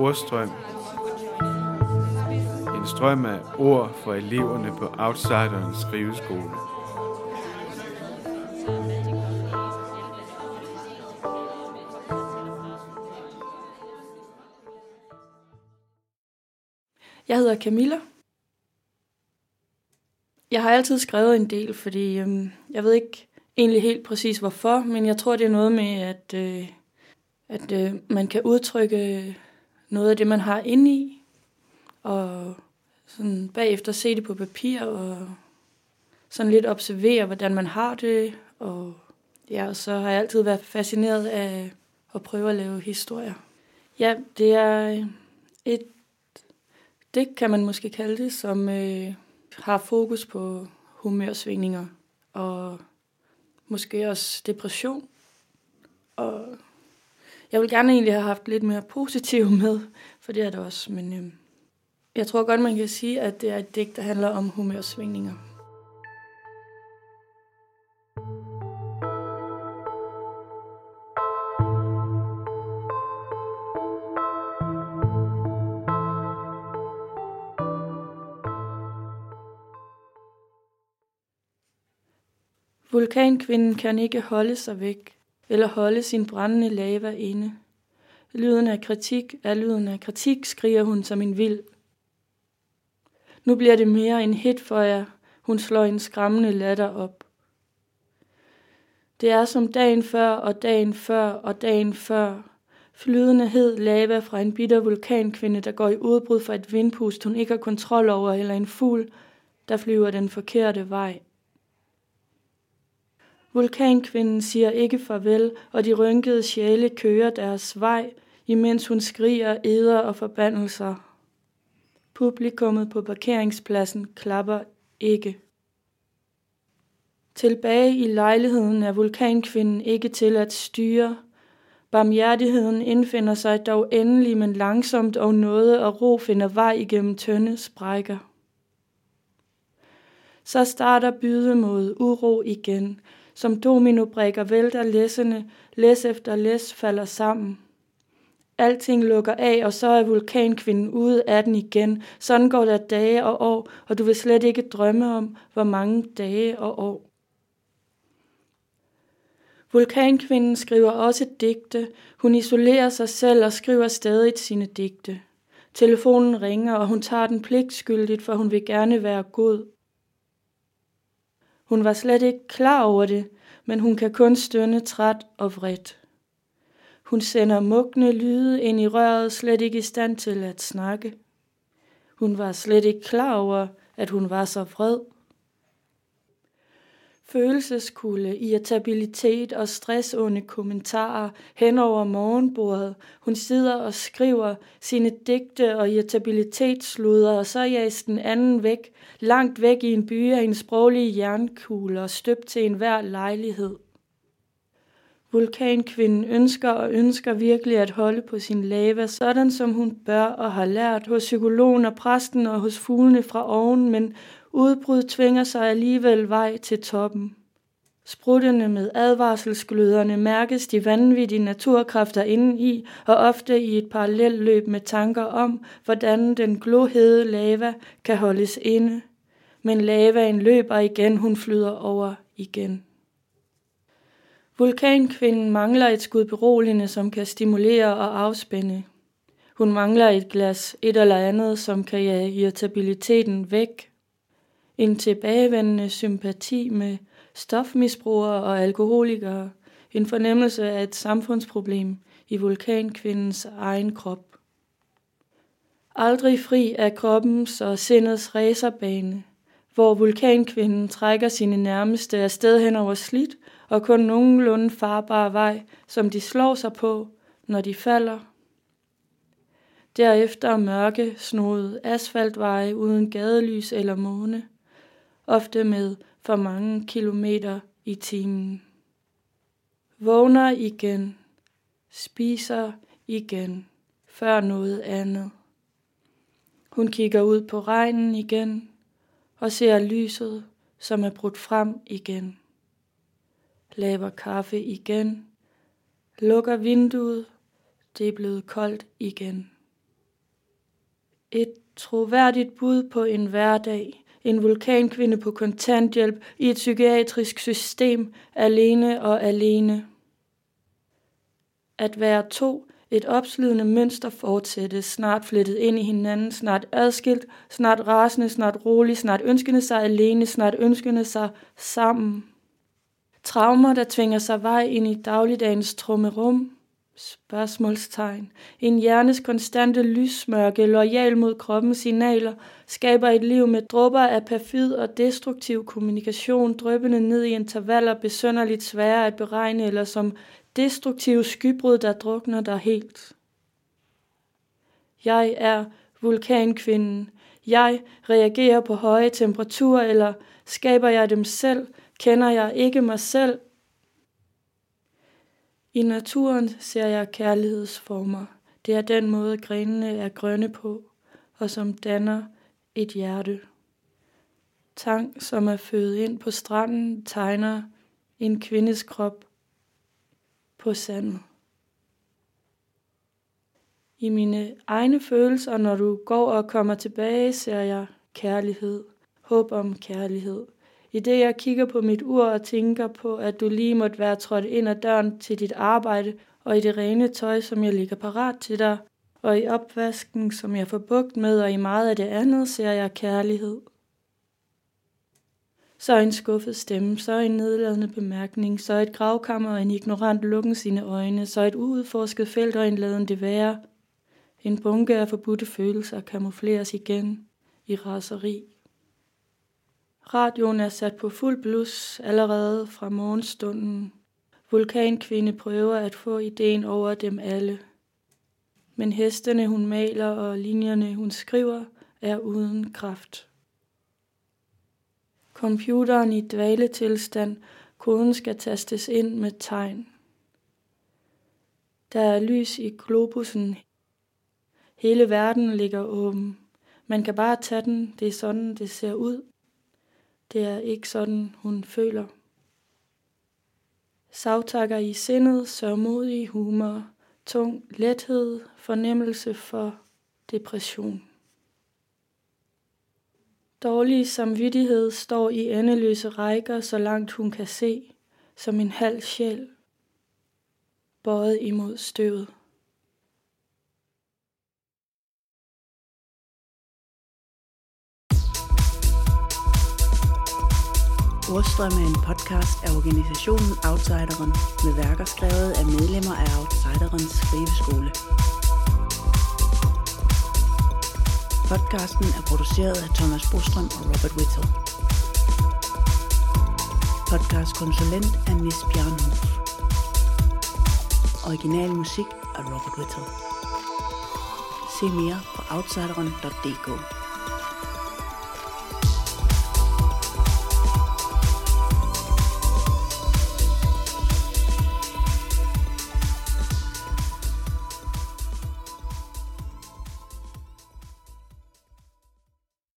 ordstrøm. En strøm af ord for eleverne på Outsiderens skriveskole. Jeg hedder Camilla. Jeg har altid skrevet en del, fordi jeg ved ikke egentlig helt præcis hvorfor, men jeg tror, det er noget med, at man kan udtrykke noget af det, man har inde i, og sådan bagefter se det på papir, og sådan lidt observere, hvordan man har det. Og så har jeg altid været fascineret af at prøve at lave historier. Ja, det er det kan man måske kalde det, som har fokus på humørsvingninger og måske også depression. Og jeg vil gerne egentlig have haft lidt mere positiv med, for det er det også. Men jeg tror godt, man kan sige, at det er et digt, der handler om humørsvingninger. Vulkankvinden kan ikke holde sig væk, eller holde sin brændende lava inde. Lyden af kritik, skriger hun som en vild. Nu bliver det mere en hit for jer, hun slår en skræmmende latter op. Det er som dagen før, og dagen før, og dagen før. Flydende hed lava fra en bitter vulkankvinde, der går i udbrud for et vindpust, hun ikke har kontrol over, eller en fugl, der flyver den forkerte vej. Vulkankvinden siger ikke farvel, og de rynkede sjæle kører deres vej, imens hun skriger, eder og forbandelser. Publikummet på parkeringspladsen klapper ikke. Tilbage i lejligheden er vulkankvinden ikke til at styre. Barmhjertigheden indfinder sig dog endelig, men langsomt, og noget og ro finder vej igennem tynde sprækker. Så starter byde mod uro igen. Som dominobrikker vælter læssene, læs efter læs falder sammen. Alting lukker af, og så er vulkankvinden ude af den igen. Sådan går der dage og år, og du vil slet ikke drømme om, hvor mange dage og år. Vulkankvinden skriver også digte. Hun isolerer sig selv og skriver stadig sine digte. Telefonen ringer, og hun tager den pligtskyldigt, for hun vil gerne være god. Hun var slet ikke klar over det, men hun kan kun stønne træt og vredt. Hun sender mugne lyde ind i røret, slet ikke i stand til at snakke. Hun var slet ikke klar over, at hun var så vred. Følelseskulde, irritabilitet og stressonde kommentarer hen over morgenbordet. Hun sidder og skriver sine digte og irritabilitetssludder, og så jages den anden væk, langt væk i en by af en sproglige jernkugler, støbt til enhver lejlighed. Vulkankvinden ønsker virkelig at holde på sin lava, sådan som hun bør og har lært hos psykologen og præsten og hos fuglene fra oven, men udbrud tvinger sig alligevel vej til toppen. Spruttende med advarselsgløderne mærkes de vanvittige naturkræfter indeni, og ofte i et parallelløb med tanker om, hvordan den glohede lava kan holdes inde. Men lavaen løber igen, hun flyder over igen. Vulkankvinden mangler et skud beroligende, som kan stimulere og afspænde. Hun mangler et glas et eller andet, som kan jage irritabiliteten væk. En tilbagevendende sympati med stofmisbrugere og alkoholikere. En fornemmelse af et samfundsproblem i vulkankvindens egen krop. Aldrig fri af kroppens og sindets racerbane, hvor vulkankvinden trækker sine nærmeste afsted hen over slidt og kun nogenlunde farbar vej, som de slår sig på, når de falder. Derefter mørke, snodede asfaltveje uden gadelys eller måne, ofte med for mange kilometer i timen. Vågner igen, spiser igen, før noget andet. Hun kigger ud på regnen igen og ser lyset, som er brudt frem igen. Laver kaffe igen, lukker vinduet, det er blevet koldt igen. Et troværdigt bud på en hverdag. En vulkankvinde på kontanthjælp i et psykiatrisk system, alene og alene. At være to, et opslidende mønster fortsættes, snart flettet ind i hinanden, snart adskilt, snart rasende, snart rolig, snart ønskende sig alene, snart ønskende sig sammen. Traumer, der tvinger sig vej ind i dagligdagens trummerum. Spørgsmålstegn. En hjernes konstante lysmørke, loyal mod kroppens signaler, skaber et liv med dråber af perfid og destruktiv kommunikation, dryppende ned i intervaller, besynderligt svære at beregne, eller som destruktive skybrud, der drukner dig helt. Jeg er vulkankvinden. Jeg reagerer på høje temperaturer, eller skaber jeg dem selv? Kender jeg ikke mig selv? I naturen ser jeg kærlighedsformer. Det er den måde, grenene er grønne på, og som danner et hjerte. Tang, som er født ind på stranden, tegner en kvindes krop på sandet. I mine egne følelser, når du går og kommer tilbage, ser jeg kærlighed, håb om kærlighed. I det jeg kigger på mit ur og tænker på, at du lige måtte være trådt ind ad døren til dit arbejde, og i det rene tøj, som jeg ligger parat til dig, og i opvasken, som jeg får bugt med, og i meget af det andet, ser jeg kærlighed. Så en skuffet stemme, så en nedladende bemærkning, så et gravkammer og en ignorant lukken sine øjne, så et uudforsket felt og en laden det være. En bunke af forbudte følelser kamufleres igen i raseri. Radioen er sat på fuld blus allerede fra morgenstunden. Vulkankvinde prøver at få ideen over dem alle. Men hestene hun maler og linjerne hun skriver er uden kraft. Computeren i dvaletilstand, koden skal tastes ind med tegn. Der er lys i globussen. Hele verden ligger åben. Man kan bare tage den, det er sådan det ser ud. Det er ikke sådan, hun føler. Savtakker i sindet, sørgmodig humor, tung lethed, fornemmelse for depression. Dårlig samvittighed står i endeløse rækker, så langt hun kan se, som en halv sjæl, bøjet imod støvet. Ordstrøm er en podcast af organisationen Outsideren, med værker skrevet af medlemmer af Outsiderens skriveskole. Podcasten er produceret af Thomas Brostrøm og Robert Whittle. Podcastkonsulent er Nis Bjarnhof. Original musik af Robert Whittle. Se mere på outsideren.dk.